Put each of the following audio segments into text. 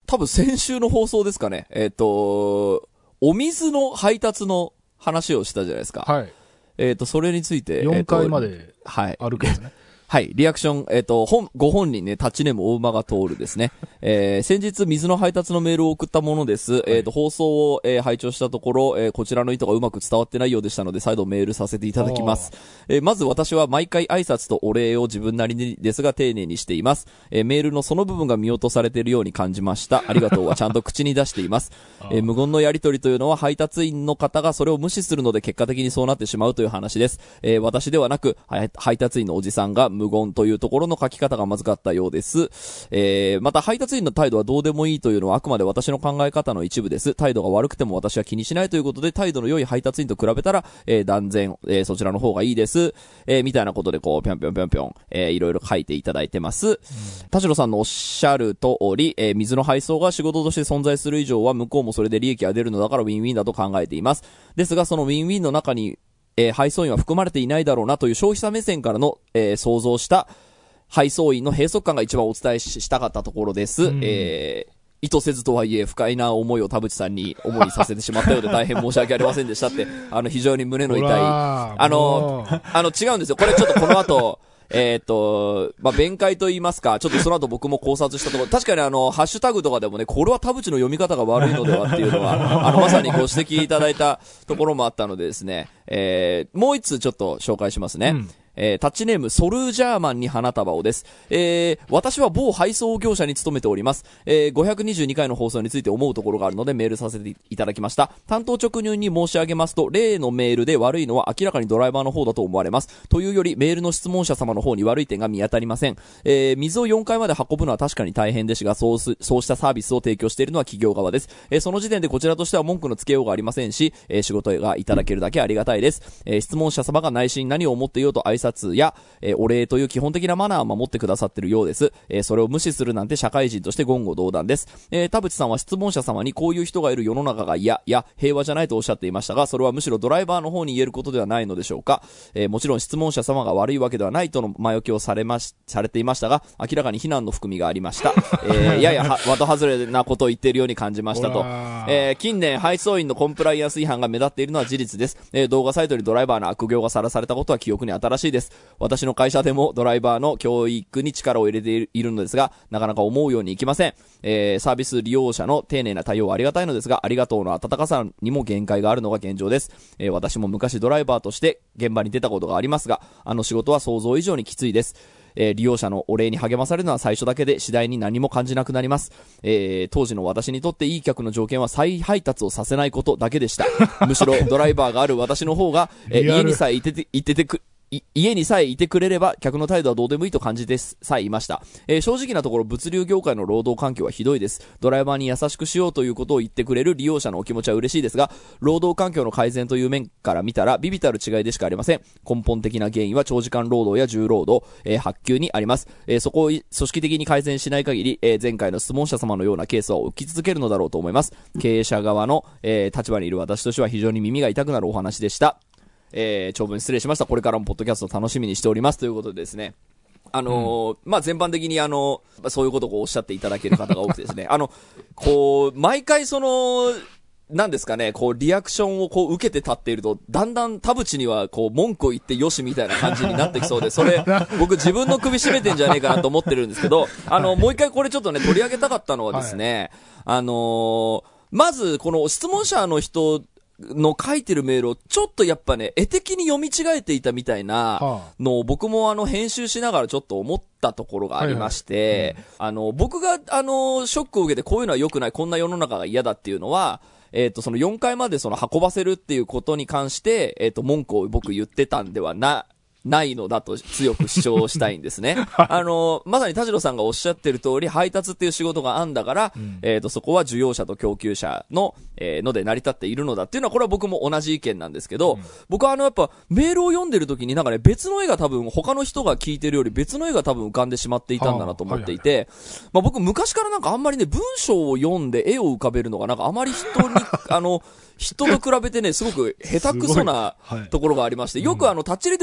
多分先週の放送ですかね。お水の配達の話をしたじゃないですか。 はい。 それについて。 4回まではい。 歩くやつね。 はい。リアクション、ご本人ね、タッチネーム大馬が通るですね。先日水の配達のメールを送ったものです。放送を、拝聴したところ、こちらの意図がうまく伝わってないようでしたので、再度メールさせていただきます。まず私は毎回挨拶とお礼を自分なりにですが丁寧にしています。メールのその部分が見落とされているように感じました。ありがとうはちゃんと口に出しています。無言のやりとりというのは配達員の方がそれを無視するので結果的にそうなってしまうという話です。私ではなく、配達員のおじさんが無言というところの書き方がまずかったようです。また配達員の態度はどうでもいいというのはあくまで私の考え方の一部です。態度が悪くても私は気にしないということで、態度の良い配達員と比べたら、断然、そちらの方がいいです。みたいなことでこう、ぴょんぴょんぴょんぴょん、いろいろ書いていただいてます。田代さんのおっしゃる通り、水の配送が仕事として存在する以上は向こうもそれで利益が出るのだからウィンウィンだと考えています。ですが、そのウィンウィンの中に、配送員は含まれていないだろうなという消費者目線からの、想像した配送員の閉塞感が一番お伝えしたかったところです。意図せずとはいえ不快な思いを田淵さんに思いさせてしまったようで大変申し訳ありませんでしたって、非常に胸の痛い。違うんですよ。これちょっとこの後、弁解と言いますか、ちょっとその後僕も考察したところ、確かにハッシュタグとかでもね、これは田淵の読み方が悪いのではっていうのは、まさにご指摘いただいたところもあったのでですね、もう一つちょっと紹介しますね。タッチネームソルジャーマンに花束をです。私は某配送業者に勤めております。522回の放送について思うところがあるのでメールさせていただきました。担当直入に申し上げますと、例のメールで悪いのは明らかにドライバーの方だと思われます。というよりメールの質問者様の方に悪い点が見当たりません。水を4階まで運ぶのは確かに大変ですが、そうしたサービスを提供しているのは企業側です。その時点でこちらとしては文句のつけようがありませんし、仕事がいただけるだけありがたいです。質問者様が内心何を思っていようと挨拶や、お礼という基本的なマナーを守ってくださっているようです。それを無視するなんて社会人として言語道断です。田淵さんは質問者様にこういう人がいる世の中が嫌や平和じゃないとおっしゃっていましたが、それはむしろドライバーの方に言えることではないのでしょうか。もちろん質問者様が悪いわけではないとの前置きをされていましたが、明らかに非難の含みがありました。やや的外れなことを言っているように感じましたと。近年配送員のコンプライアンス違反が目立っているのは事実です。動画サイトにドライバーの悪行がさらされたことは記憶に新しいです。私の会社でもドライバーの教育に力を入れているのですが、なかなか思うようにいきません。サービス利用者の丁寧な対応はありがたいのですが、ありがとうの温かさにも限界があるのが現状です。私も昔ドライバーとして現場に出たことがありますが、仕事は想像以上にきついです。利用者のお礼に励まされるのは最初だけで次第に何も感じなくなります。当時の私にとっていい客の条件は再配達をさせないことだけでした。むしろドライバーがある私の方が、家にさえ家にさえいてくれれば客の態度はどうでもいいと感じてさえいました。正直なところ物流業界の労働環境はひどいです。ドライバーに優しくしようということを言ってくれる利用者のお気持ちは嬉しいですが、労働環境の改善という面から見たら微々たる違いでしかありません。根本的な原因は長時間労働や重労働、発給にあります。そこを組織的に改善しない限り、前回の質問者様のようなケースは起き続けるのだろうと思います。経営者側の、立場にいる私としては非常に耳が痛くなるお話でした。長文失礼しました。これからもポッドキャスト楽しみにしておりますということでですね。全般的にそういうことをおっしゃっていただける方が多くてですね。毎回なんですかね、リアクションを受けて立っていると、だんだん田淵には文句を言ってよしみたいな感じになってきそうで、それ、僕自分の首絞めてんじゃねえかなと思ってるんですけど、もう一回これちょっとね、取り上げたかったのはですね、まず、この質問者の人、の書いてるメールをちょっとやっぱね、絵的に読み違えていたみたいなのを僕も編集しながらちょっと思ったところがありまして、僕がショックを受けてこういうのは良くない、こんな世の中が嫌だっていうのは、その4階まで運ばせるっていうことに関して、文句を僕言ってたんではないのだと強く主張したいんですね。まさに田代さんがおっしゃってる通り、配達っていう仕事があんだから、そこは需要者と供給者の、ので成り立っているのだっていうのは、これは僕も同じ意見なんですけど、僕はやっぱメールを読んでる時になんかね、別の絵が多分他の人が聞いてるより別の絵が多分浮かんでしまっていたんだなと思っていて、僕昔からなんかあんまりね、文章を読んで絵を浮かべるのがなんかあまり人に、人と比べてね、すごく下手くそなところがありまして、よくタッチレディオでも思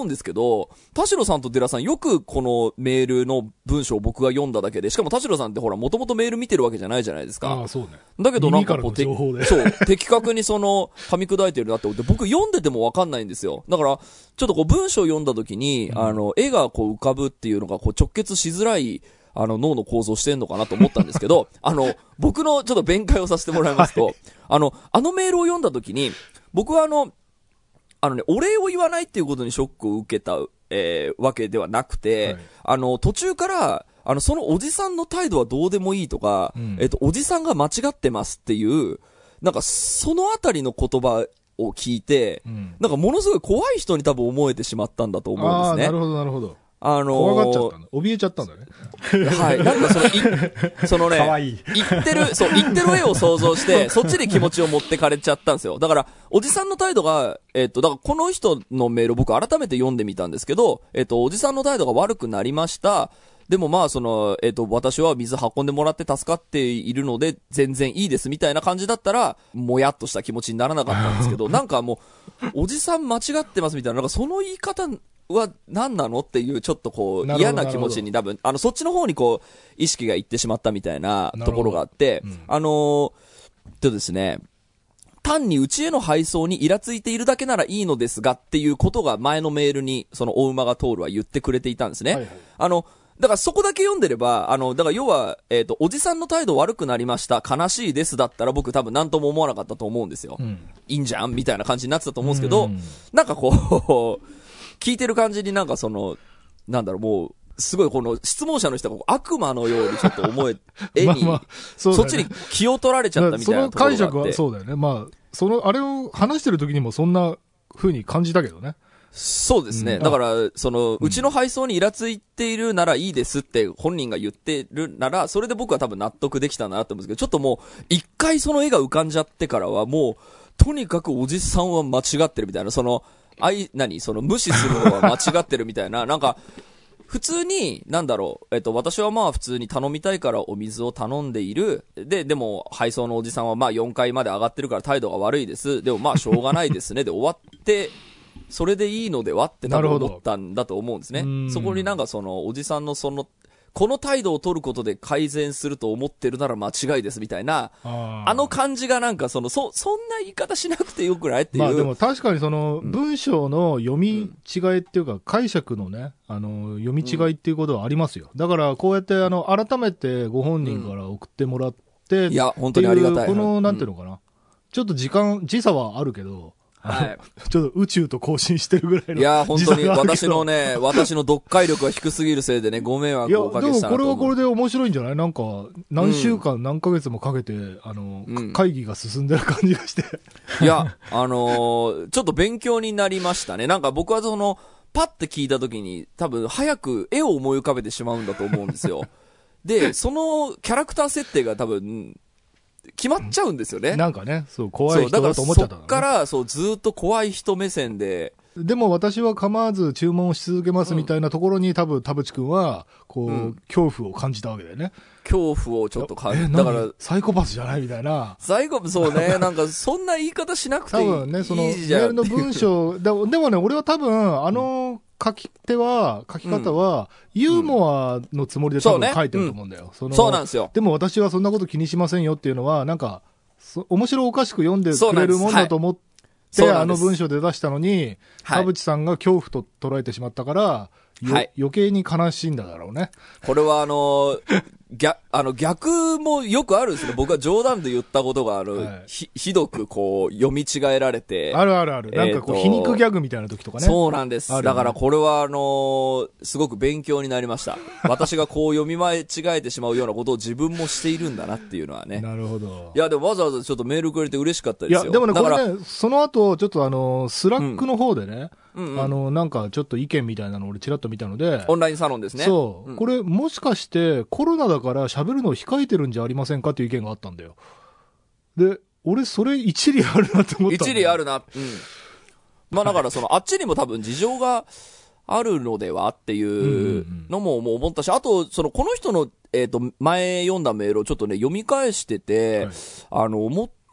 うんですけど、田代さんと寺さんよくこのメールの文章を僕が読んだだけで、しかも田代さんってほら、もともとメール見てるわけじゃないじゃないですか。 ああ、そうね。 だけどなんかこう、 情報でそう、的確にその、噛み砕いてるなって思って、僕読んでてもわかんないんですよ。だから、ちょっとこう文章を読んだ時に、絵がこう浮かぶっていうのがこう直結しづらい、脳の構造してんのかなと思ったんですけど、僕のちょっと弁解をさせてもらいますと、はい、あのメールを読んだ時に、僕はお礼を言わないっていうことにショックを受けた、わけではなくて、はい、途中から、そのおじさんの態度はどうでもいいとか、おじさんが間違ってますっていう、なんかそのあたりの言葉を聞いて、なんかものすごい怖い人に多分思えてしまったんだと思うんですね。 なるほど、なるほど。怖がっちゃったんだ。怯えちゃったんだね。 はい。なんかそのね、 かわいい。 言ってる絵を想像して、そっちに気持ちを持ってかれちゃったんですよ。だから、おじさんの態度が、だからこの人のメール僕改めて読んでみたんですけど、おじさんの態度が悪くなりました。でもまあ私は水運んでもらって助かっているので全然いいですみたいな感じだったらもやっとした気持ちにならなかったんですけどなんかもうおじさん間違ってますみたいななんかその言い方は何なのっていうちょっとこう嫌な気持ちに多分そっちの方にこう意識がいってしまったみたいなところがあって、ですね単にうちへの配送にイラついているだけならいいのですがっていうことが前のメールにそのお馬が通るは言ってくれていたんですね。はいはい、だからそこだけ読んでれば、だから要は、おじさんの態度悪くなりました、悲しいですだったら僕多分何とも思わなかったと思うんですよ。いいんじゃんみたいな感じになってたと思うんですけど、なんかこう、聞いてる感じになんかなんだろう、もう、すごいこの質問者の人が悪魔のようにちょっと思え、絵に、そっちに気を取られちゃったみたいなところがあって。 その解釈はそうだよね。まあ、あれを話してる時にもそんな風に感じたけどね。 そうですね。だから、うちの配送にイラついているならいいですって本人が言ってるなら、それで僕は多分納得できたなと思うんですけど、ちょっともう、一回その絵が浮かんじゃってからは、もう、とにかくおじさんは間違ってるみたいな、無視するのは間違ってるみたいな、なんか、普通に、なんだろう、私はまあ普通に頼みたいからお水を頼んでいる。でも配送のおじさんはまあ4階まで上がってるから態度が悪いです。でもまあしょうがないですね。で終わって、それでいいのではって多分思ったんだと思うんですね。そこになんかおじさんのこの態度を取ることで改善すると思ってるなら間違いですみたいな、感じがなんかそんな言い方しなくてよくないっていう。 まあでも確かに文章の読み違いっていうか解釈のね、読み違いっていうことはありますよ。だからこうやって改めてご本人から送ってもらって、 いや、本当にありがたい。 なんていうのかな。ちょっと時差はあるけど、はい。ちょっと宇宙と交信してるぐらいの。 いや、本当に私の読解力が低すぎるせいでね、ご迷惑をおかけしたなと思う。 いや、でもこれはこれで面白いんじゃない？なんか、何週間、何ヶ月もかけて、会議が進んでる感じがして。 いや、ちょっと勉強になりましたね。なんか僕はパッて聞いた時に、多分早く絵を思い浮かべてしまうんだと思うんですよ。で、そのキャラクター設定が多分、決まっちゃうんですよね。 なんかね、怖い人だと思っちゃった、ね。 そっから、ずーっと怖い人目線で。 でも私は構わず注文し続けますみたいなところに多分田淵くんは、恐怖を感じたわけだよね。 恐怖をちょっと感じだから、サイコパスじゃないみたいな。 そうね、なんかそんな言い方しなくていい。 多分ね、メールの文章、でもね、俺は多分、書き方は、ユーモアのつもりで多分書いてると思うんだよ。 そうなんですよ。 でも私はそんなこと気にしませんよっていうのは、なんか、面白おかしく読んでくれるもんだと思って、文章で出したのに、田淵さんが恐怖と捉えてしまったから、余計に悲しいんだろうね。 これは逆もよくあるんですね。僕は冗談で言ったことがひどく読み違えられて。 ある。なんか皮肉ギャグみたいな時とかね。 そうなんです。だからこれはすごく勉強になりました。私が読み間違えてしまうようなことを自分もしているんだなっていうのはね。 なるほど。 いや、でもわざわざちょっとメールくれて嬉しかったですよ。 いや、でもね、これね、その後、ちょっとスラックの方でね、なんかちょっと意見みたいなの俺ちらっと見たので。 オンラインサロンですね。 そう。これもしかしてコロナだから喋るのを控えてるんじゃありませんかっていう意見があったんだよ。で、俺それ一理あるなって思った。 一理あるな。まあだからあっちにも多分事情があるのではっていうのも思ったし、あと、この人の、前読んだメールをちょっとね、読み返してて、思った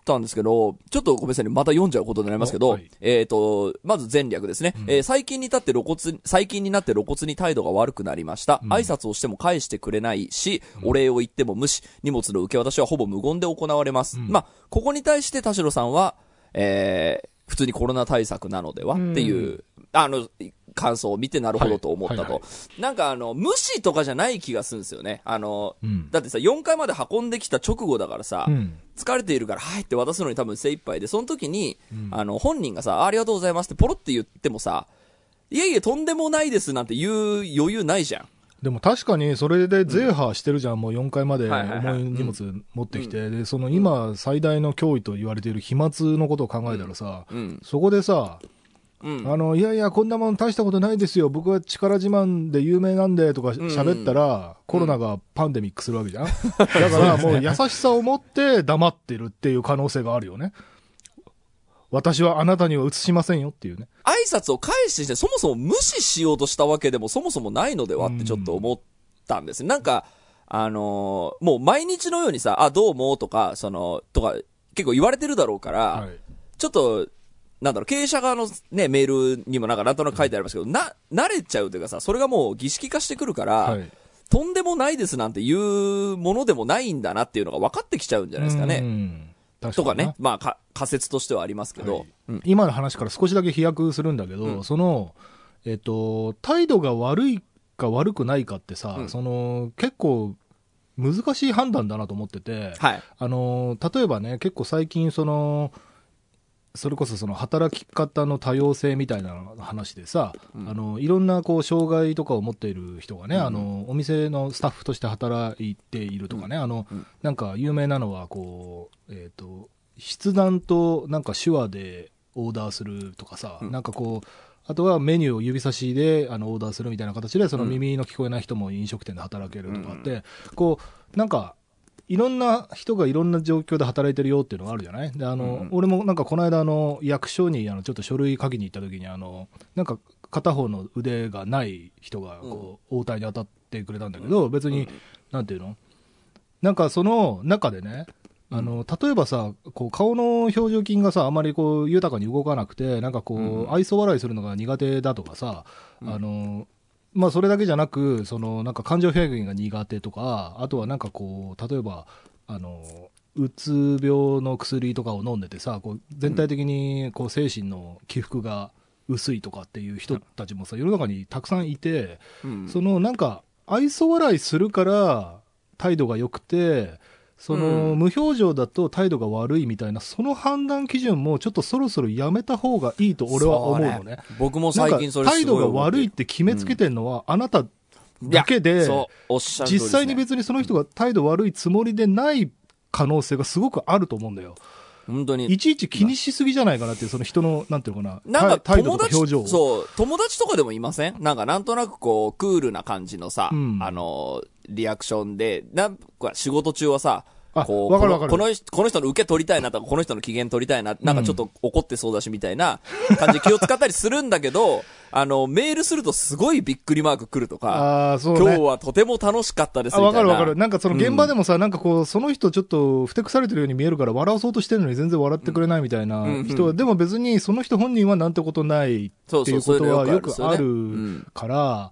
ったんですけど、ちょっとごめんなさいね、また読んじゃうことになりますけど、はい、まず前略ですね。最近になって露骨に態度が悪くなりました。挨拶をしても返してくれないし、お礼を言っても無視、荷物の受け渡しはほぼ無言で行われます。まあ、ここに対して田代さんは、普通にコロナ対策なのではっていう、感想を見てなるほどと思ったと。はいはいはい、なんか無視とかじゃない気がするんですよね。だってさ、4階まで運んできた直後だからさ、疲れているからはいって渡すのに多分精一杯で、その時に、本人がさ、ありがとうございますってポロって言ってもさ、いやいやとんでもないですなんて言う余裕ないじゃん。 でも確かにそれでゼーハーしてるじゃん、もう4階まで重い荷物持ってきて、で、その今最大の脅威と言われている飛沫のことを考えたらさ、そこでさ、いやいや、こんなもん大したことないですよ。僕は力自慢で有名なんでとか喋ったら、コロナがパンデミックするわけじゃん。だからもう優しさを持って黙ってるっていう可能性があるよね。私はあなたには映しませんよっていうね。 挨拶を返してそもそも無視しようとしたわけでもそもそもないのではってちょっと思ったんですね。なんか、もう毎日のようにさ、どうもとか、とか結構言われてるだろうから、はい、ちょっと、経営者側のね、メールにもなんとなく書いてありますけど、慣れちゃうというかさ、それがもう儀式化してくるから、はい、とんでもないですなんていうものでもないんだなっていうのが分かってきちゃうんじゃないですかね。とかね、まあ仮説としてはありますけど、 はい、今の話から少しだけ飛躍するんだけど、態度が悪いか悪くないかってさ、結構難しい判断だなと思ってて、はい、例えばね、結構最近それこそ働き方の多様性みたいな話でさ、いろんな障害とかを持っている人がね、お店のスタッフとして働いているとかね、なんか有名なのは筆談となんか手話でオーダーするとかさ、なんかあとはメニューを指差しでオーダーするみたいな形で、耳の聞こえない人も飲食店で働けるとかって、なんかいろんな人がいろんな状況で働いてるよっていうのがあるじゃない。で俺もなんかこの間役所にちょっと書類書きに行った時になんか片方の腕がない人が応対に当たってくれたんだけど、別になんていうの、なんかその中でね、例えばさ、顔の表情筋がさ、あまり豊かに動かなくて、なんか愛想笑いするのが苦手だとかさ、まあそれだけじゃなく、なんか感情表現が苦手とか、あとはなんか例えば、うつ病の薬とかを飲んでてさ、全体的に精神の起伏が薄いとかっていう人たちもさ、世の中にたくさんいて、なんか愛想笑いするから態度が良くて、無表情だと態度が悪いみたいな、その判断基準もちょっとそろそろやめた方がいいと俺は思うのね。 僕も最近それすごい態度が悪いって決めつけてんのはあなただけで、実際に別にその人が態度悪いつもりでない可能性がすごくあると思うんだよ。本当に。いちいち気にしすぎじゃないかなっていう、人の、なんていうのかな。 なんか態度とか表情。 そう、友達とかでもいません？なんとなくクールな感じのさ、リアクションで、なんか仕事中はさ、 わかるわかる。 この人の受け取りたいなとか、この人の機嫌取りたいな、なんかちょっと怒ってそうだしみたいな感じで気を使ったりするんだけど、メールするとすごいびっくりマーク来るとか、そうね、今日はとても楽しかったですみたいな。 わかる。なんか現場でもさ、なんかその人ちょっとふてくされてるように見えるから笑わそうとしてるのに全然笑ってくれないみたいな人は、でも別にその人本人はなんてことないっていうことはよくあるから、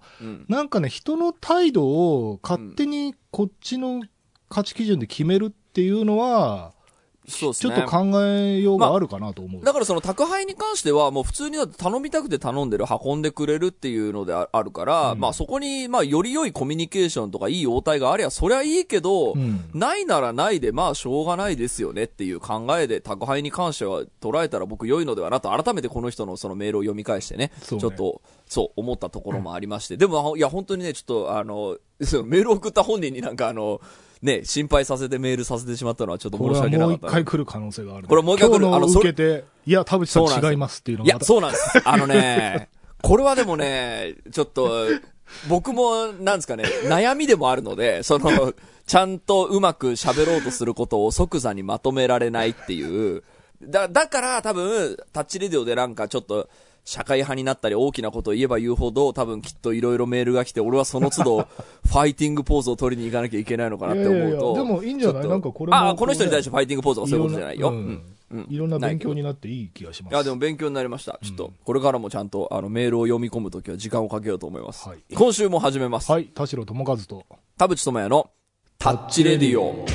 なんかね、人の態度を勝手にこっちの価値基準で決めるっていうのは、そうですね、ちょっと考えようがあるかなと思う。 だから宅配に関してはもう普通にだって頼みたくて頼んでる、運んでくれるっていうのであるから、そこにより良いコミュニケーションとかいい応対がありゃそりゃいいけど、ないならないでしょうがないですよねっていう考えで宅配に関しては捉えたら僕良いのではなと改めてこの人のそのメールを読み返してね、ちょっとそう思ったところもありまして、でもいや本当にねちょっとメールを送った本人になんかね、心配させてメールさせてしまったのはちょっと申し訳なかった。 これはもう一回来る可能性がある。 これもう一回来る。 今日の受けて、いや、田淵さん違いますっていうのが。 いや、そうなんです。これはでもね、ちょっと、僕も、なんですかね、悩みでもあるので、ちゃんとうまく喋ろうとすることを即座にまとめられないっていう、 だから多分、タッチレディオでなんかちょっと、社会派になったり大きなことを言えば言うほど多分きっといろいろメールが来て俺はその都度ファイティングポーズを取りに行かなきゃいけないのかなって思うと。 いやいやでもいいんじゃないなんかこれも。 この人に対してファイティングポーズはそういうことじゃないよ。 いろんな勉強になっていい気がします。 いやでも勉強になりました。ちょっとこれからもちゃんとメールを読み込むときは時間をかけようと思います。はい、今週も始めます。 はい。田代智和と田淵智也のタッチレディオ。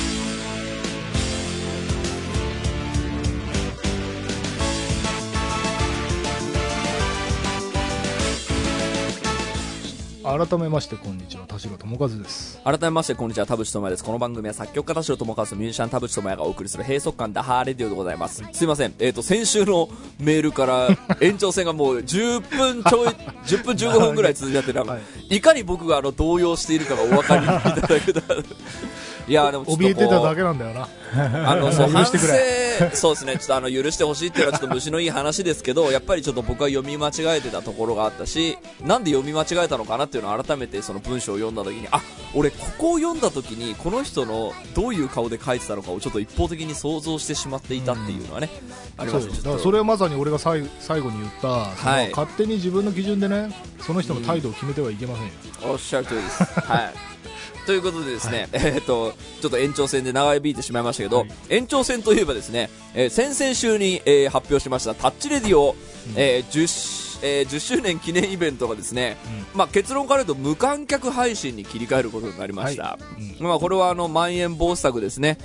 改めましてこんにちは、田代智和です。 改めましてこんにちは、田淵智也です。この番組は作曲家田代智和とミュージシャン田淵智也がお送りする閉塞感ダハーレディオでございます。すいません、先週のメールから延長戦がもう10分15分ぐらい続いちゃってる、はい、いかに僕が動揺しているかがお分かりいただけたいやでもちょっと怯えてただけなんだよな。 そう反省、そうですね、ちょっと許してほしいっていうのはちょっと虫のいい話ですけど、やっぱりちょっと僕は読み間違えてたところがあったし、なんで読み間違えたのかなっていうのを改めてその文章を読んだ時に、俺ここを読んだ時にこの人のどういう顔で書いてたのかをちょっと一方的に想像してしまっていたっていうのはね、ありますね。 だからそれはまさに俺が最後に言った、はい、勝手に自分の基準でね、その人の態度を決めてはいけませんよ。 おっしゃる通りです。はいということでですね、はい、ちょっと延長戦で長引いてしまいましたけど、はい、延長戦といえばですね、先々週に、発表しましたタッチレディオ、10周年記念イベントがですね、結論から言うと無観客配信に切り替えることになりました。はいこれはまん延防止策ですね。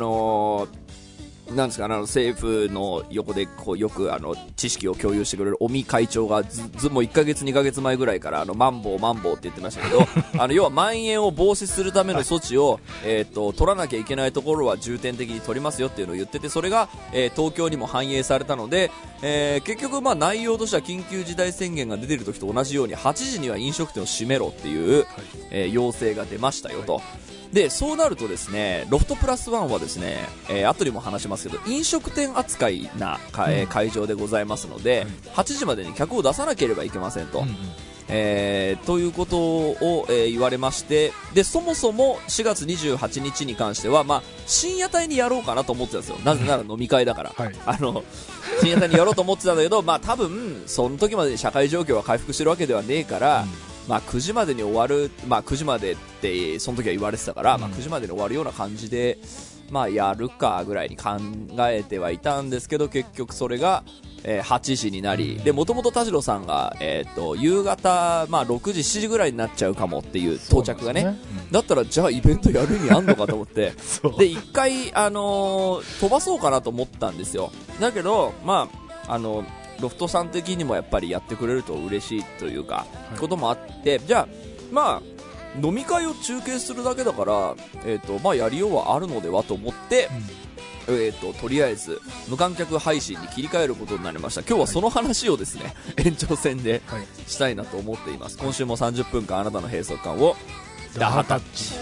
なんですか政府の横でこうよく知識を共有してくれる尾身会長がもう1ヶ月2ヶ月前ぐらいからマンボウって言ってましたけど要は蔓延を防止するための措置を、取らなきゃいけないところは重点的に取りますよっていうのを言ってて、それが、東京にも反映されたので、結局内容としては緊急事態宣言が出ている時と同じように8時には飲食店を閉めろっていう、要請が出ましたよと。でそうなるとですね、ロフトプラスワンはですね、後にも話しますけど飲食店扱いな会場でございますので、8時までに客を出さなければいけませんと、ということを、言われまして、でそもそも4月28日に関しては、深夜帯にやろうかなと思ってたんですよ。なぜなら飲み会だから、はい、深夜帯にやろうと思ってたんだけど、多分その時までに社会状況は回復してるわけではねえから、9時までに終わる、9時までってその時は言われてたから、9時までに終わるような感じで、やるかぐらいに考えてはいたんですけど、結局それが、8時になり、でもともと田代さんが、夕方、6時7時ぐらいになっちゃうかもっていう到着がね、だったらじゃあイベントやる意味あんのかと思ってで一回、飛ばそうかなと思ったんですよ。だけどロフトさん的にもやっぱりやってくれると嬉しいというか、こともあって、じゃあ飲み会を中継するだけだから、やりようはあるのではと思って、とりあえず無観客配信に切り替えることになりました。今日はその話をですね、延長戦でしたいなと思っています。今週も30分間あなたの閉塞感をダハタッチ。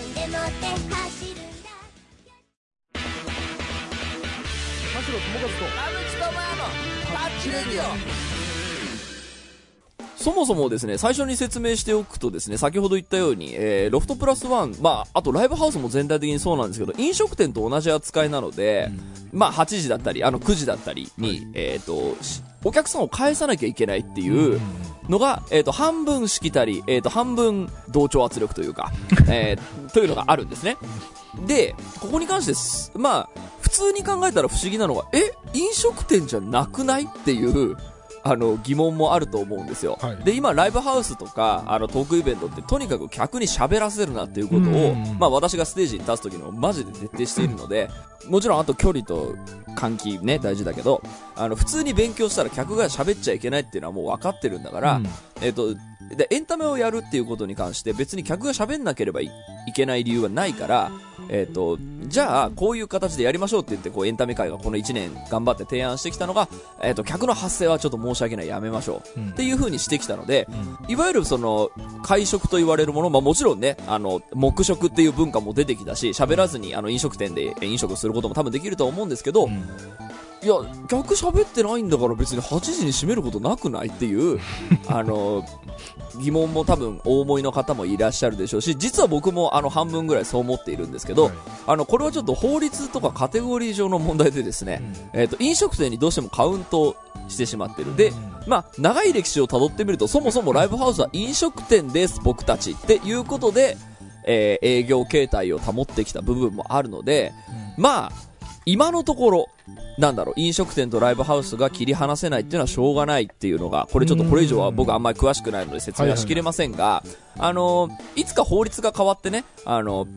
そもそもですね、最初に説明しておくとですね、先ほど言ったように、ロフトプラスワン、あとライブハウスも全体的にそうなんですけど、飲食店と同じ扱いなので、8時だったり9時だったりに、お客さんを返さなきゃいけないっていうのが、半分しきたり、半分同調圧力というか、というのがあるんですね。でここに関して普通に考えたら不思議なのが、飲食店じゃなくないっていう疑問もあると思うんですよ。で今ライブハウスとかトークイベントってとにかく客に喋らせるなっていうことを、私がステージに立つ時にもマジで徹底しているので、もちろんあと距離と換気ね大事だけど、普通に勉強したら客が喋っちゃいけないっていうのはもう分かってるんだから、でエンタメをやるっていうことに関して別に客が喋んなければいけない理由はないから、じゃあこういう形でやりましょうって言ってエンタメ界がこの1年頑張って提案してきたのが、客の発声はちょっと申し訳ない、やめましょう、っていう風にしてきたので、いわゆるその会食と言われるもの、もちろんね黙食っていう文化も出てきたし、喋らずに飲食店で飲食することも多分できると思うんですけど、 いや、客喋ってないんだから別に8時に閉めることなくないっていう、疑問も多分お思いの方もいらっしゃるでしょうし、実は僕も半分ぐらいそう思っているんですけど、はい、これはちょっと法律とかカテゴリー上の問題でですね、飲食店にどうしてもカウントしてしまってる。で、長い歴史を辿ってみると、そもそもライブハウスは飲食店です、僕たちっていうことで、営業形態を保ってきた部分もあるので、今のところ、飲食店とライブハウスが切り離せないっていうのはしょうがないっていうのが、これちょっとこれ以上は僕あんまり詳しくないので説明はしきれませんが、いつか法律が変わってね、ラ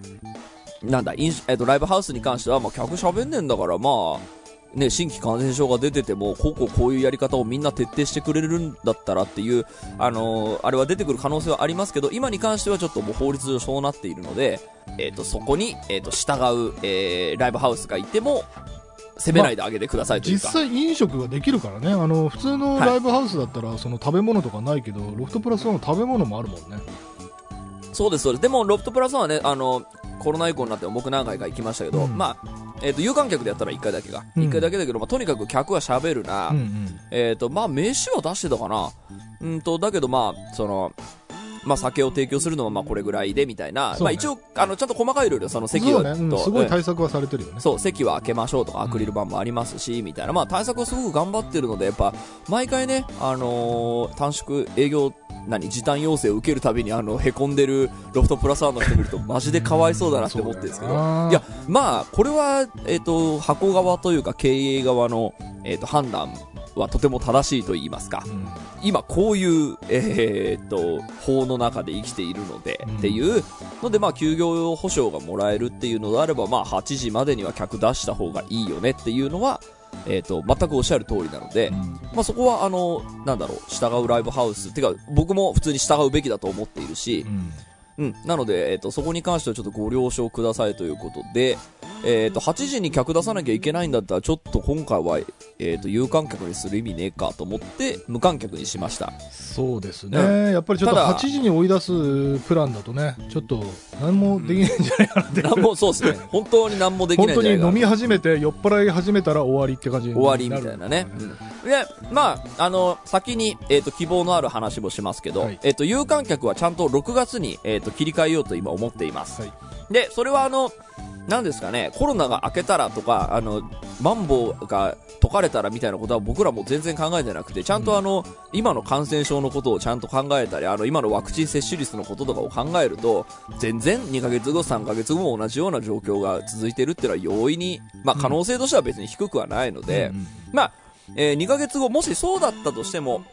イブハウスに関しては、客喋んねんだから、新規感染症が出てても、こういうやり方をみんな徹底してくれるんだったらっていう、あれは出てくる可能性はありますけど、今に関してはちょっともう法律上そうなっているので、そこに、従う、ライブハウスがいても、責めないであげてくださいというか、 実際飲食ができるからね。普通のライブハウスだったら、その食べ物とかないけど、ロフトプラスワンの食べ物もあるもんね。 そうです、そうです。でも、ロフトプラスワンはね、コロナ以降になって僕何回か行きましたけど、有観客でやったら1回だけが。1回だけだけど、とにかく客は喋るな。名刺は出してたかな。だけど、酒を提供するのはこれぐらいでみたいな、一応ちゃんと細かいルール、その席をすごい対策はされてるよね。 そう、席は開けましょうとかアクリル板もありますし、みたいな、対策はすごく頑張ってるので、やっぱ毎回ね、短縮営業時短要請を受けるたびにへこんでるロフトプラスワンの人見るとマジでかわいそうだなって思ってるんですけど、いやこれは箱側というか経営側の判断はとても正しいと言いますか、今こういう法の中で生きているので、っていうので休業保障がもらえるっていうのであれば8時までには客出した方がいいよねっていうのは全くおっしゃる通りなので、そこは従うライブハウスってか僕も普通に従うべきだと思っているし、なので、そこに関してはちょっとご了承くださいということで、8時に客出さなきゃいけないんだったらちょっと今回は、有観客にする意味ねえかと思って無観客にしました。 そうですね、やっぱりちょっと8時に追い出すプランだとね、ちょっと何もできないんじゃないかなって、 そうですね、本当に何もできないんじゃないかな。 本当に飲み始めて酔っ払い始めたら終わりって感じになる。 終わりみたいなね。で、先に、希望のある話もしますけど、有観客はちゃんと6月に、切り替えようと今思っています。で、それは何ですかね、コロナが明けたらとか、マンボウが解かれたらみたいなことは僕らも全然考えてなくて、ちゃんと今の感染症のことをちゃんと考えたり、今のワクチン接種率のこととかを考えると、全然2ヶ月後、3ヶ月後も同じような状況が続いてるっていうのは容易に、可能性としては別に低くはないので、2ヶ月後、もしそうだったとしても、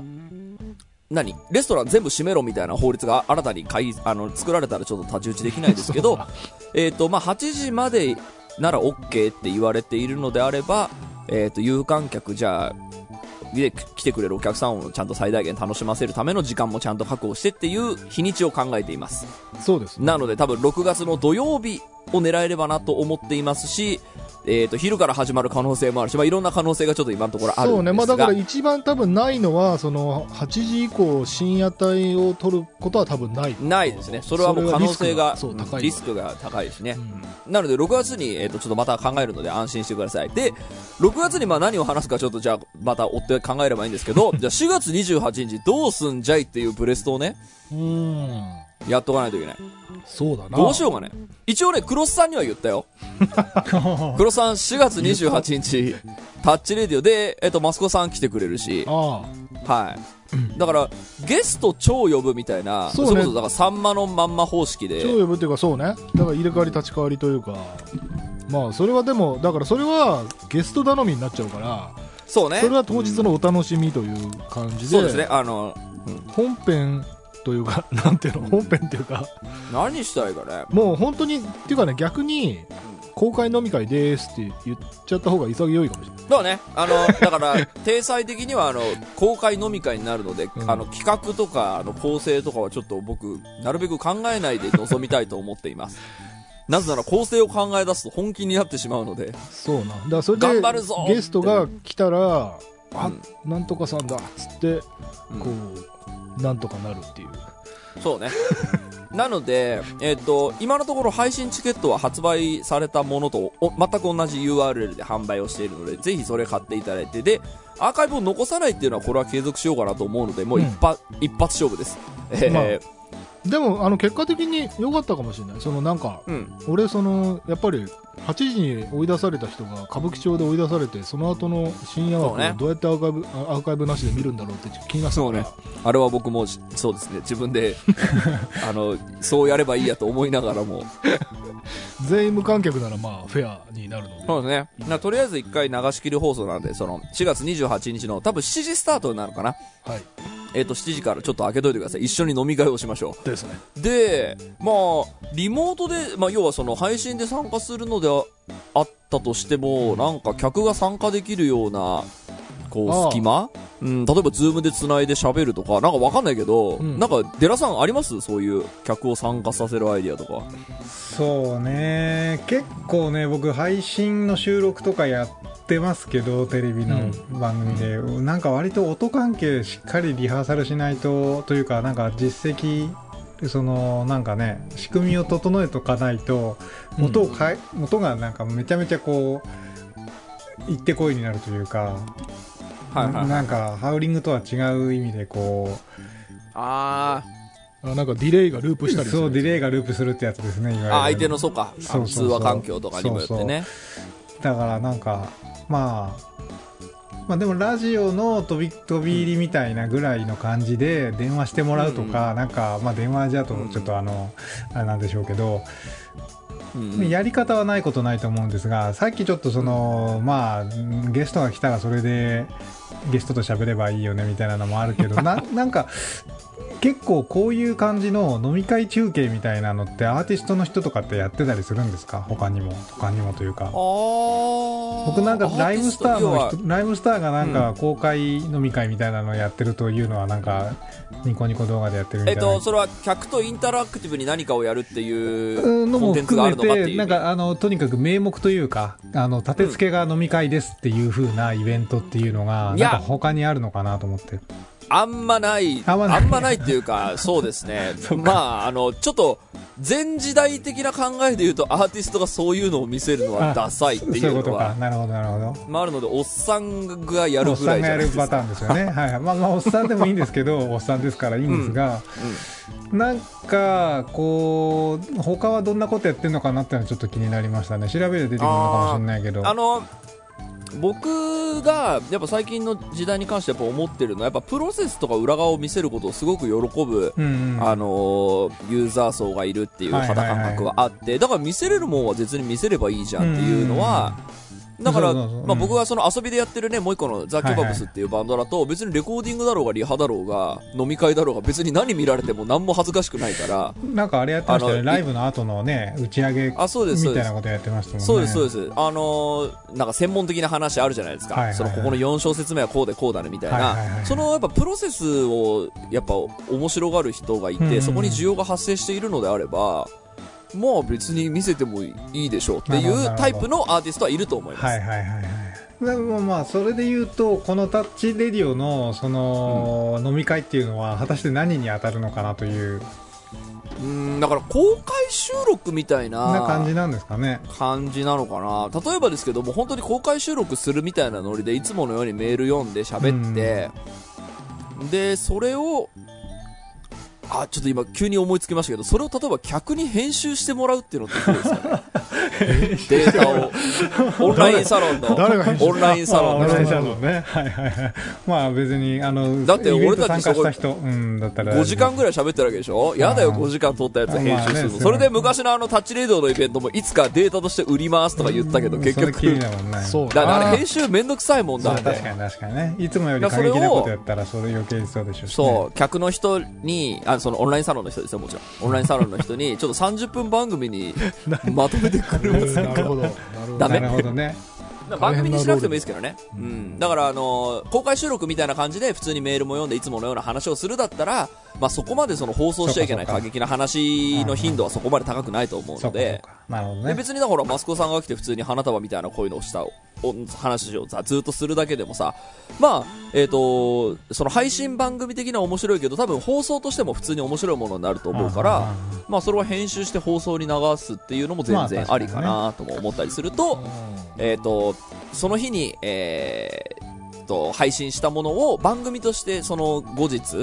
レストラン全部閉めろみたいな法律が新たに作られたらちょっと太刀打ちできないですけど、8時までなら OK って言われているのであれば、有観客じゃあ、で来てくれるお客さんをちゃんと最大限楽しませるための時間もちゃんと確保してっていう日にちを考えています。 そうです、ね。 なので多分6月の土曜日を狙えればなと思っていますし、昼から始まる可能性もあるし、いろんな可能性がちょっと今のところあるんですが、 そうね、だから一番多分ないのは、その8時以降深夜帯を取ることは多分ないですね。それはもう可能性がリスクが高いですね。なので6月にちょっとまた考えるので安心してください。で、6月に何を話すかちょっとじゃあまた追って考えればいいんですけど、じゃあ4月28日どうすんじゃいっていうブレストをね、やっとかないといけない。 そうだな。 どうしようかね。一応ね、クロスさんには言ったよ。クロスさん4月28日、タッチレディオで、マスコさん来てくれるし、はい。だから、ゲスト超呼ぶみたいな、そうね、だからサンマのまんま方式で。 超呼ぶっていうか、そうね。だから入れ替わり立ち替わりというか、それはでも、だからそれはゲスト頼みになっちゃうから、 そうね。 それは当日のお楽しみという感じで、 そうですね。 本編、というか、なんていうの、本編っていうか、 何したらいいかね。 もう本当に、っていうかね、逆に、公開飲み会ですって言っちゃった方が潔いかもしれない。 そうね。だから、体裁的には、公開飲み会になるので、企画とか、構成とかはちょっと僕、なるべく考えないで臨みたいと思っています。なぜなら構成を考え出すと本気になってしまうので。 そうな。だからそれで、 頑張るぞゲストが来たら、なんとかさんだっつって、こう、なんとかなるっていう。 そうね。 なので、今のところ配信チケットは発売されたものと全く同じ URL で販売をしているので、ぜひそれ買っていただいて、で、アーカイブを残さないっていうのはこれは継続しようかなと思うので、もう一発勝負です。 でも結果的に良かったかもしれない。なんか、俺やっぱり8時に追い出された人が歌舞伎町で追い出されて、その後の深夜枠をどうやってアーカイブなしで見るんだろうって気になったから。そうね。 あれは僕もそうですね。自分でそうやればいいやと思いながらも全員無観客ならまあフェアになるので。 そうですね。とりあえず1回流し切り放送なんで、4月28日の多分7時スタートになるかな。はい。7時からちょっと開けといてください。一緒に飲み会をしましょう。 ですね。 で、まあ、リモートで、要は配信で参加するのであったとしても、なんか客が参加できるような、隙間？例えばズームで繋いで喋るとか、なんかわかんないけど、なんか、デラさんあります？そういう客を参加させるアイディアとか。 そうね。結構ね、僕配信の収録とかやってますけど、テレビの番組で、なんか割と音関係しっかりリハーサルしないと、というか、なんか実績、なんかね、仕組みを整えとかないと、音がなんかめちゃめちゃ行ってこいになるというか、なんかハウリングとは違う意味でなんかディレイがループしたりする。 そう、ディレイがループするってやつですね、いわゆる。 相手の通話環境とかにもよってね。 だからなんか、まあでもラジオの飛び入りみたいなぐらいの感じで電話してもらうとか、なんか、まあ電話じゃとちょっとあれなんでしょうけど、やり方はないことないと思うんですが、さっきちょっとまあゲストが来たらそれでゲストと喋ればいいよねみたいなのもあるけど、なんか結構こういう感じの飲み会中継みたいなのってアーティストの人とかってやってたりするんですか？他にもというか。僕なんかライムスターがなんか公開飲み会みたいなのをやってるというのはなんかニコニコ動画でやってるみたいな。 それは客とインタラクティブに何かをやるっていうコンテンツがあるのかっていう。 なんかとにかく名目というか立て付けが飲み会ですっていう風なイベントっていうのがなんか他にあるのかなと思って。 あんまないっていうか、そうですね。まあ、ちょっと、前時代的な考えで言うと、アーティストがそういうのを見せるのはダサいっていうのは。 そういうことか。なるほど。 まあ、あるので、おっさんがやるぐらいじゃないですか。 おっさんがやるパターンですよね。はいはい。まあ、おっさんでもいいんですけど、おっさんですからいいんですが、なんか、他はどんなことやってるのかなっていうのはちょっと気になりましたね。調べて出てくるのかもしれないけど。 僕がやっぱ最近の時代に関してやっぱ思ってるのはやっぱプロセスとか裏側を見せることをすごく喜ぶ、ユーザー層がいるっていう肌感覚はあって、だから見せれるもんは別に見せればいいじゃんっていうのは、だから、まあ僕が遊びでやってるね、もう一個のザ・ケバブスっていうバンドだと、別にレコーディングだろうがリハだろうが、飲み会だろうが、別に何見られても何も恥ずかしくないから。 なんかあれやってましたね、ライブの後のね、打ち上げみたいなことやってましたもんね。 そうです。なんか専門的な話あるじゃないですか。ここの4小節目はこうでこうだねみたいな。やっぱプロセスを、やっぱ面白がる人がいて、そこに需要が発生しているのであれば、まあ別に見せてもいいでしょうっていうタイプのアーティストはいると思います。 でもまあそれで言うとこのタッチレディオの飲み会っていうのは果たして何に当たるのかなというだから公開収録みたいな感じなんですかね。 感じなのかな。例えばですけども本当に公開収録するみたいなノリでいつものようにメール読んで喋って、でそれをちょっと今急に思いつきましたけど、それを例えば客に編集してもらうっていうのってどうですかね。データをオンラインサロンのね。まあ別にだって俺たちそこだったら 5時間ぐらい喋ってるわけでしょ。やだよ5時間撮ったやつ編集するの。それで昔のタッチレディオのイベントもいつかデータとして売りますとか言ったけど結局だからあれ編集めんどくさいもんだって。 確かにね。いつもより過激なことやったらそれ余計そうでしょうし。 そう客の人にオンラインサロンの人ですよ、もちろん。オンラインサロンの人に、ちょっと30分番組にまとめてくるんですなるほど。 ダメ。なるほどね。 番組にしなくてもいいですけどね。だから公開収録みたいな感じで普通にメールも読んでいつものような話をするだったら、まあそこまで放送しちゃいけない過激な話の頻度はそこまで高くないと思うので、別にだからマスコさんが来て普通に花束みたいなこういうのをした話をさ、ずっとするだけでもさ、まあ、その配信番組的には面白いけど、多分放送としても普通に面白いものになると思うから、まあそれは編集して放送に流すっていうのも全然ありかなとも思ったりすると、その日に、配信したものを番組としてその後日、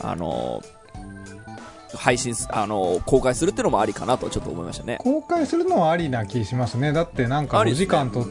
配信公開するっていうのもありかなとちょっと思いましたね。 公開するのはありな気しますね。だってなんか5時間撮って、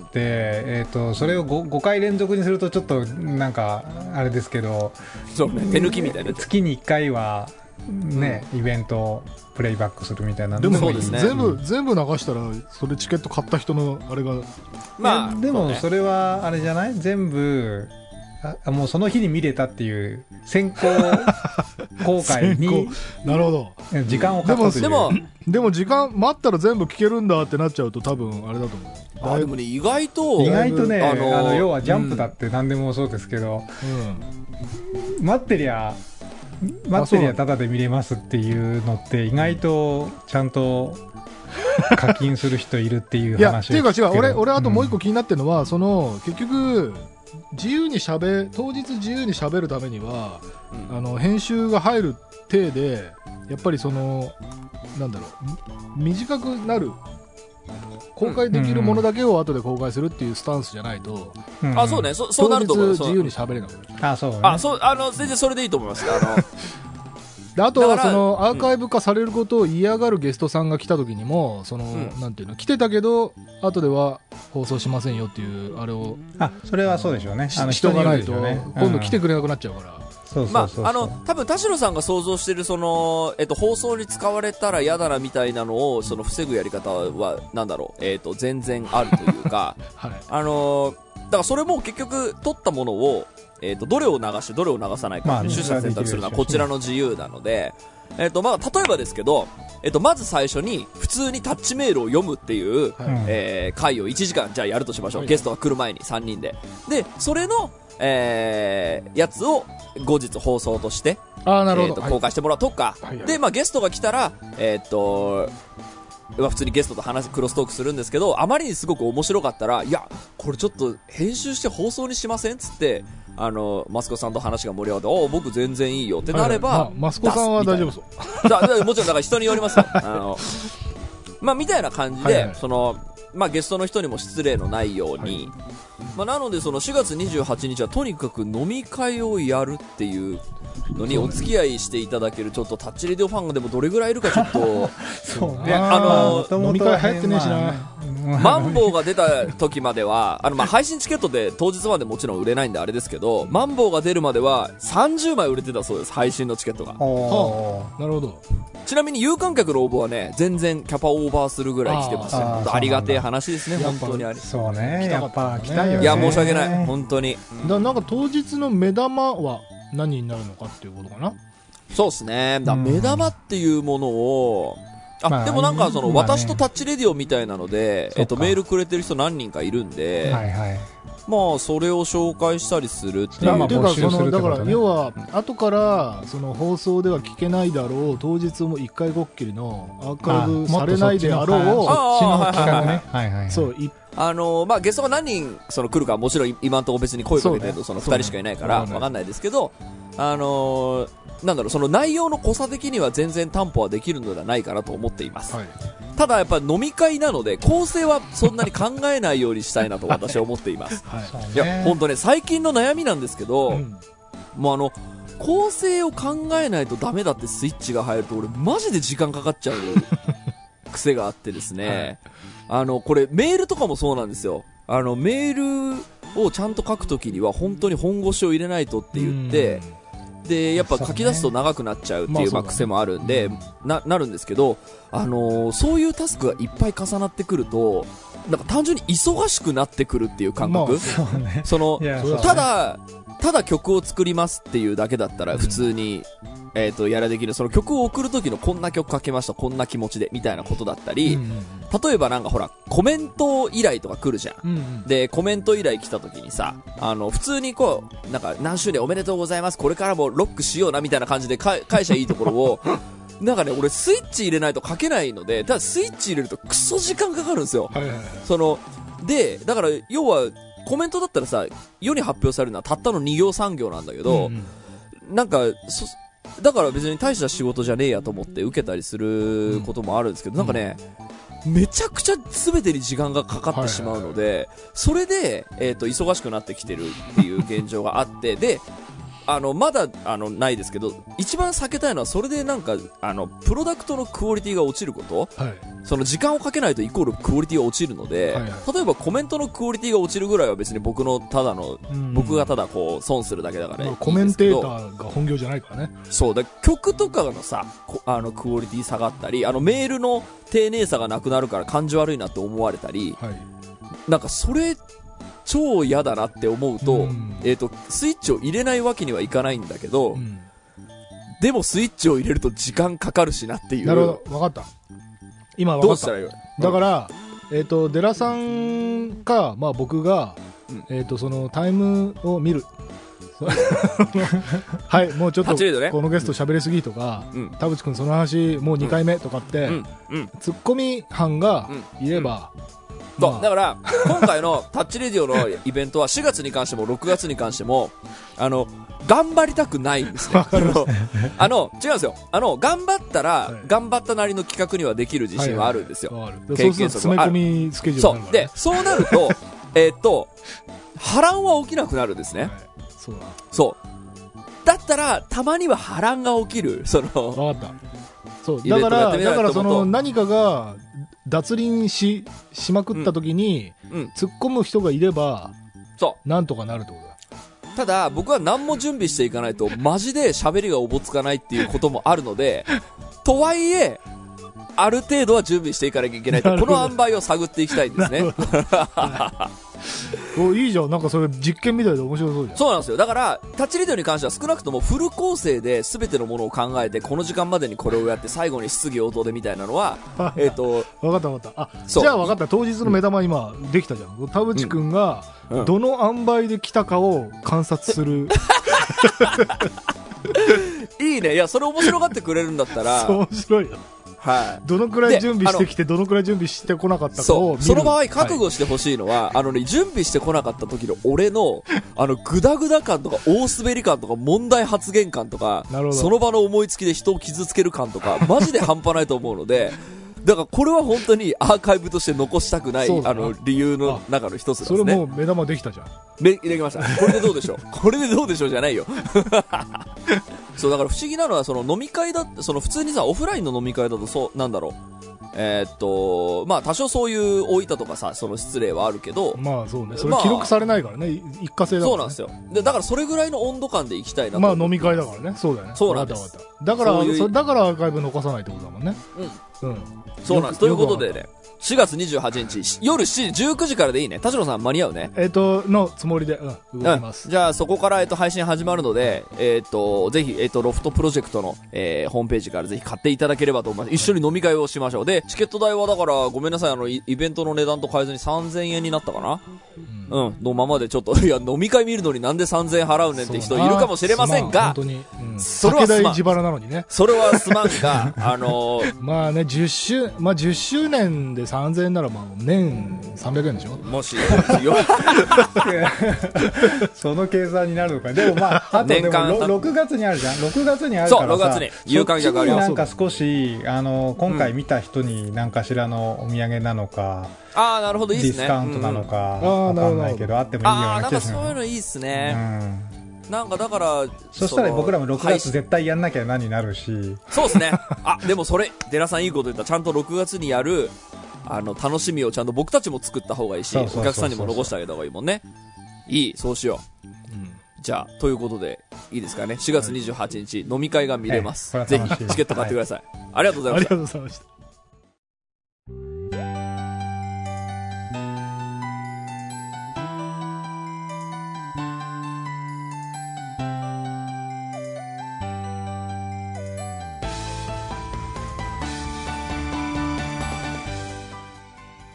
それを 5回連続にするとちょっとなんかあれですけど、 そうね、手抜きみたいな。 月に1回はね、イベントプレイバックするみたいな。 でもそうですね、 全部流したらそれチケット買った人のあれが、 まあでもそれはあれじゃない？全部もうその日に見れたっていう先行公開になるほど、 時間をかけたという。 でも時間待ったら全部聞けるんだってなっちゃうと多分あれだと思う。 でもね、意外とね、要はジャンプだって何でもそうですけど、待ってりゃタダで見れますっていうのって意外とちゃんと課金する人いるっていう話をいやっていうか違う、俺あともう一個気になってるのは、その結局当日自由に喋るためには、編集が入る体でやっぱりそのなんだろう、短くなる公開できるものだけを後で公開するっていうスタンスじゃないと、 そうね、そうなると思う。 当日自由に喋れない。 そうね。 全然それでいいと思います。 であとはそのアーカイブ化されることを嫌がるゲストさんが来た時にも、その、なんていうの、来てたけど後では放送しませんよっていうあれを、 それはそうでしょうね。 人がないと今度来てくれなくなっちゃうから。 多分田代さんが想像しているその、放送に使われたら嫌だなみたいなのをその防ぐやり方はなんだろう、全然あるというか、はい、だからそれも結局撮ったものをどれを流してどれを流さないか、取捨選択するのはこちらの自由なので、例えばですけど、まず最初に普通にタッチメールを読むっていう、回を1時間じゃあやるとしましょう、ゲストが来る前に3人でそれの、やつを後日放送として、公開してもらうとか、で、ゲストが来たら普通にゲストとクロストークするんですけど、あまりにすごく面白かったら、いやこれちょっと編集して放送にしませんっつって、マスコさんと話が盛り上がって、僕全然いいよってなれば、 マスコさんは大丈夫そう。 もちろんだから人によりますよ。みたいな感じで、そのゲストの人にも失礼のないように、なのでその4月28日はとにかく飲み会をやるっていうのにお付き合いしていただける、ちょっとタッチレディオファンがでもどれぐらいいるかちょっと飲み会流行ってねえしな。 マンボウが出た時までは配信チケットで当日までもちろん売れないんであれですけど、マンボウが出るまでは30枚売れてたそうです、配信のチケットが。 なるほど。 ちなみに有観客の応募はね、全然キャパオーバーするぐらい来てますよ。ありがてえ話ですね、本当に。 そうね、やっぱ来たいよね。 いや申し訳ない、本当に。 なんか当日の目玉は何になるのかっていうことかな。 そうですね。目玉っていうものを、でもなんかその、私とタッチレディオみたいなので、メールくれてる人何人かいるんで、それを紹介したりするっていう。 だから要は後からその放送では聞けないだろう、当日も一回ごっきりのアーカイブされないであろう、 ゲストが何人来るかもちろん今のところ別に声かけてるとその2人しかいないから分かんないですけど、なんだろう、その内容の濃さ的には全然担保はできるのではないかなと思っています。ただやっぱ飲み会なので構成はそんなに考えないようにしたいなと私は思っています。いや本当ね、最近の悩みなんですけど、もう構成を考えないとダメだってスイッチが入ると俺マジで時間かかっちゃう癖があってですね、これメールとかもそうなんですよ。メールをちゃんと書くときには本当に本腰を入れないとって言って、でやっぱ書き出すと長くなっちゃうっていう癖もあるんで、なるんですけど、そういうタスクがいっぱい重なってくるとなんか単純に忙しくなってくるっていう感覚、そのただ曲を作りますっていうだけだったら普通に、やらできる、その曲を送る時のこんな曲書けました、こんな気持ちでみたいなことだったり、例えばなんかほらコメント依頼とか来るじゃん、でコメント依頼来た時にさ、普通にこうなんか何周年おめでとうございます、これからもロックしようなみたいな感じで返しゃいいところをなんかね、俺スイッチ入れないと書けないので、ただスイッチ入れるとクソ時間かかるんですよ。そのでだから要はコメントだったらさ、世に発表されるのはたったの2行3行なんだけど、なんか、だから別に大した仕事じゃねえやと思って受けたりすることもあるんですけど、なんかね、めちゃくちゃ全てに時間がかかってしまうので、それで、忙しくなってきてるっていう現状があって、で、まだ、ないですけど、一番避けたいのは、それでなんか、プロダクトのクオリティが落ちること、はい、その時間をかけないとイコールクオリティが落ちるので、はいはい、例えばコメントのクオリティが落ちるぐらいは別に僕がただこう、損するだけだからいいんですけど、 コメンテーターが本業じゃないからね。 そう、曲とかのさ、クオリティ下がったり、メールの丁寧さがなくなるから感じ悪いなって思われたり、はい、なんかそれ、超嫌だなって思うと、スイッチを入れないわけにはいかないんだけど、でもスイッチを入れると時間かかるしなっていう。 なるほど、わかった。今わかった。 どうしたらいい？ だから、デラさんか、まあ僕が、そのタイムを見る。はい、もうちょっと、このゲスト喋りすぎとか、田淵くんその話もう2回目とかって、ツッコミ班がいれば、 だから今回のタッチレディオのイベントは4月に関しても6月に関しても頑張りたくないんですね。違うんですよ。頑張ったら、頑張ったなりの企画にはできる自信はあるんですよ。 経験則はある。詰め込みスケジュールになるからね。 そうで、そうなると波乱は起きなくなるんですね。そうだったらたまには波乱が起きる。分かった。 そうだからその何かが脱輪しまくった時に、突っ込む人がいれば、なんとかなるってことだ。 ただ、僕は何も準備していかないと、マジで喋りがおぼつかないっていうこともあるので、とはいえ、ある程度は準備していかなきゃいけないと、この塩梅を探っていきたいんですね。 いいじゃん。なんかそれ実験みたいで面白そうじゃん。 そうなんですよ。だから、タッチレディオに関しては少なくともフル構成で全てのものを考えて、この時間までにこれをやって最後に質疑応答でみたいなのは、 わかったわかった。じゃあわかった。当日の目玉今できたじゃん。田淵くんが、どの塩梅で来たかを観察する。 いいね。いや、それ面白がってくれるんだったら。 面白いよ。はい、どのくらい準備してきてどのくらい準備してこなかったかを見る。 その場合覚悟してほしいのは、準備してこなかった時の俺のグダグダ感とか大滑り感とか問題発言感とか、その場の思いつきで人を傷つける感とかマジで半端ないと思うので、だからこれは本当にアーカイブとして残したくない理由の中の一つですね。 それもう目玉できたじゃん。 できました。これでどうでしょう。これでどうでしょうじゃないよ。そうだから不思議なのは、その飲み会その普通にさオフラインの飲み会だとそうなんだろう。まあ多少そういう大分とかさ、その失礼はあるけど、 まあそうね。それ記録されないからね。一過性だからね。 そうなんですよ。だからそれぐらいの温度感でいきたいなと。 まあ飲み会だからね。そうだよね。 そうなんです。 だからアーカイブ残さないってことだもんね。 そうなんです。ということでね。4月28日、夜7時、19時からでいいね。田代さん間に合うね。 のつもりで、動きます。 じゃあ、そこから、配信始まるので、ぜひ、ロフトプロジェクトの、ホームページからぜひ買っていただければと思います。一緒に飲み会をしましょう。で、チケット代はだから、ごめんなさい、イベントの値段と変えずに3000円になったかな？のままでちょっと、いや、飲み会見るのになんで3000円払うねんって人いるかもしれませんが、 本当に。それはすまん。自腹なのにね。 それはすまんが、 まあね、10周年で3000円ならまあ年300円でしょ。 もしその計算になるのか。でもまあ、あとでも6月にあるじゃん。6月にあるからさ。 そう、6月に有観客あるよ。 なんか少し今回見た人に何かしらのお土産なのか、 なるほど、いいですね。 ディスカウントなのかわかんないけど、あってもいいような気がする。 なんかそういうのいいっすね。なんかだから、 そしたら僕らも6月絶対やんなきゃ何になるし。 そうですね。でもそれ、デラさんいいこと言った。ちゃんと6月にやる、楽しみをちゃんと僕たちも作った方がいいし、お客さんにも残してあげた方がいいもんね。いい、そうしよう。じゃあ、ということで、いいですかね。4月28日、飲み会が見れます。ぜひ、チケット買ってください。ありがとうございました。 ありがとうございました。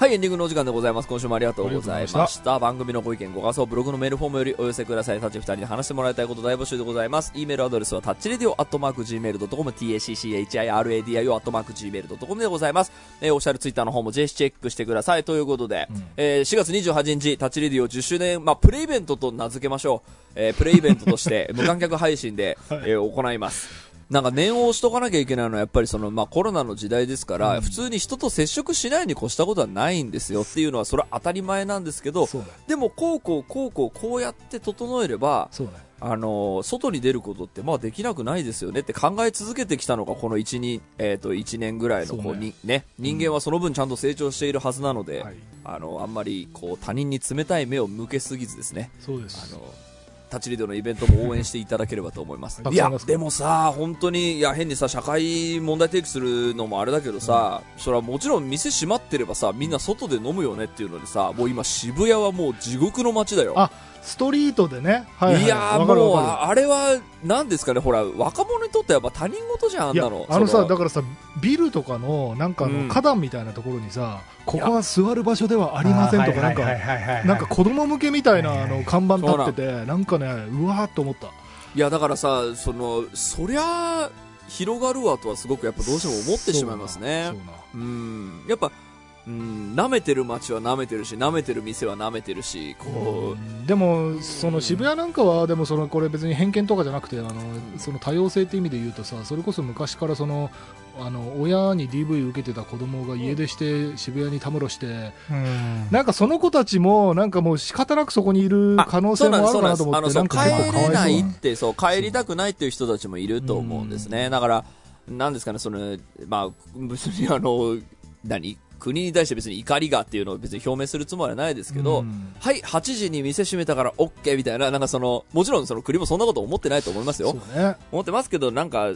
はい、エンディングのお時間でございます。今週もありがとうございました。番組のご意見、ご感想、ブログのメールフォームよりお寄せください。タッチ2人に話してもらいたいこと大募集でございます。e メールアドレスはタッチレディオ@gmail.com、tacchiradio@gmail.com でございます。オフィシャルツイッターの方もぜひチェックしてください。ということで、4月28日、タッチレディオ10周年、プレイベントと名付けましょう。プレイイベントとして無観客配信で、行います。なんか念を押しとかなきゃいけないのはやっぱりその、コロナの時代ですから、普通に人と接触しないに越したことはないんですよっていうのはそれは当たり前なんですけど、でもこうやって整えれば、外に出ることってできなくないですよねって考え続けてきたのがこの1年ぐらいの人間はその分ちゃんと成長しているはずなので、あんまり他人に冷たい目を向けすぎずですね。 そうです。 タッチリデオのイベントも応援していただければと思います。いや、でもさ、本当に、変にさ、社会問題提起するのもあれだけどさ、それはもちろん店閉まってればさ、みんな外で飲むよねっていうのでさ、もう今渋谷はもう地獄の街だよ。 ストリートでね。 いやー、もう、あれは、なんですかね、ほら、若者にとってはやっぱ他人事じゃん、あんなの。 だからさ、ビルとかの、なんか花壇みたいなところにさ、ここは座る場所ではありませんとか、なんか子供向けみたいな看板立ってて、なんかね、うわーっと思った。いや、だからさ、そりゃ、広がるわとはすごくやっぱどうしても思ってしまいますね。やっぱ、舐めてる街は舐めてるし、舐めてる店は舐めてるし、 でもその渋谷なんかは、でもこれ別に偏見とかじゃなくて、その多様性って意味で言うとさ、それこそ昔から親に DV 受けてた子供が家出して渋谷にたむろして、なんかその子たちもなんかもう仕方なくそこにいる可能性もあるかなと思って、なんか結構かわいそうな。 帰れないって、帰りたくないっていう人たちもいると思うんですね。だからなんですかね、別に国に対して別に怒りがっていうのを別に表明するつもりはないですけど、はい、8時に店閉めたから OK みたいな、なんかもちろん国もそんなこと思ってないと思いますよ。思ってますけど、なんか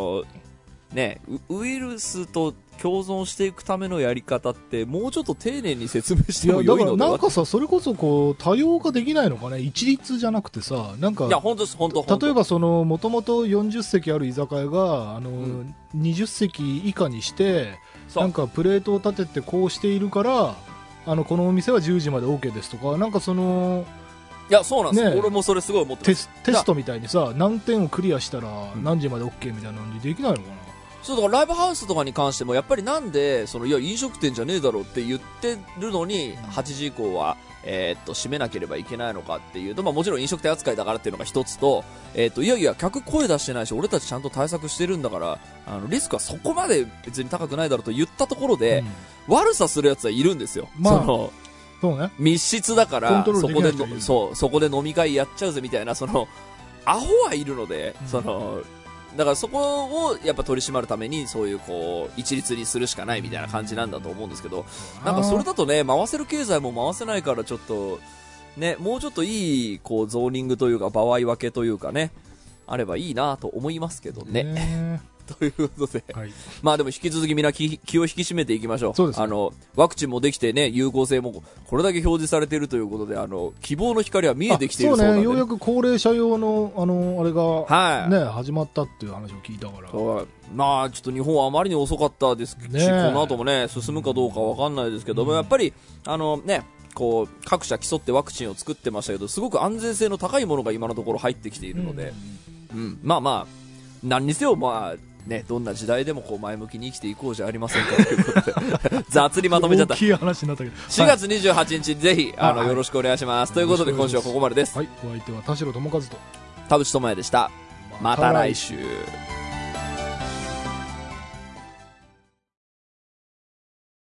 ウイルスと共存していくためのやり方ってもうちょっと丁寧に説明しても良いのでは。 なんかさ、それこそ多様化できないのかね。一律じゃなくてさ、なんか、 いや本当です、本当。 例えばもともと40席ある居酒屋が20席以下にして、なんかプレートを立ててこうしているから、このお店は10時まで OK ですとか、なんかいや、そうなんです、俺もそれすごい思ってます。 テストみたいにさ、何点をクリアしたら何時まで OK みたいなのにできないのかな。 そうだからライブハウスとかに関してもやっぱりなんでいや飲食店じゃねえだろうって言ってるのに8時以降は閉めなければいけないのかっていうと、もちろん飲食店扱いだからっていうのが一つと、いやいや客声出してないし俺たちちゃんと対策してるんだからリスクはそこまで別に高くないだろうと言ったところで、悪さするやつはいるんですよ。 そうね、 密室だからそこで飲み会やっちゃうぜみたいなアホはいるので、だからそこをやっぱ取り締まるためにそういう一律にするしかないみたいな感じなんだと思うんですけど、なんかそれだとね、回せる経済も回せないからちょっとね、もうちょっといいゾーニングというか場合分けというかね、あればいいなと思いますけどね。ということで、でも引き続きみんな気を引き締めていきましょう。 そうですね、 ワクチンもできてね、有効性もこれだけ表示されているということで、希望の光は見えてきているそうなんで、 ようやく高齢者用のあれが、始まったっていう話を聞いたから、ちょっと日本はあまりに遅かったですし、この後もね進むかどうかわかんないですけども、やっぱり各社競ってワクチンを作ってましたけど、すごく安全性の高いものが今のところ入ってきているので、何にせよどんな時代でも前向きに生きていこうじゃありませんかということで雑にまとめちゃった。 大きい話になったけど、 4月28日ぜひよろしくお願いします。ということで今週はここまでです。 お相手は田代智和と田淵智也でした。また来週。